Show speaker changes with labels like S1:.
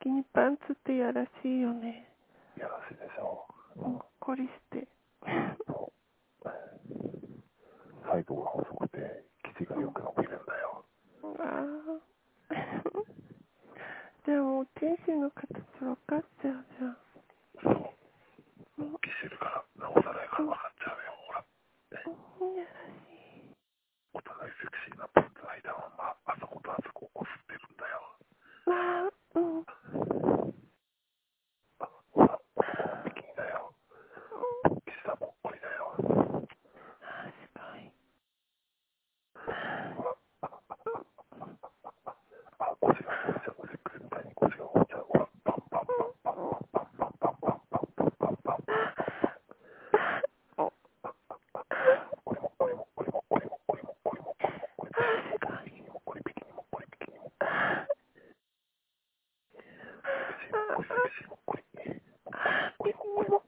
S1: キニパンツってやらしいよね。
S2: やらしいでしょ。
S1: ほっこりして。
S2: サイドが細くて生地がよく伸びるんだよ。
S1: ああ。じゃあもう天使の形分かっちゃうじゃん。
S2: そう。大きしてるからなおさらやから分かっちゃうよ。ほら。
S1: やらしい。
S2: お互いセクシーなパンツ履いたままあそことあそこをこすってるんだよ。
S1: わあ、うん。
S2: ほら、男のビキニだよ。下もっこりだよ。
S1: あ、すごい。
S2: あ、腰が落ちちゃう。セックスみたいに腰が落ちちゃう。ほら、パンパンパンパンパンパンパンパンパンパンパンパンパンパンパン。これもこれもこれもこれもこれもこれもこれもこれもビキニもこれビキニもこれビキニもこれセクシーもこれセクシーもこれもこれもこれも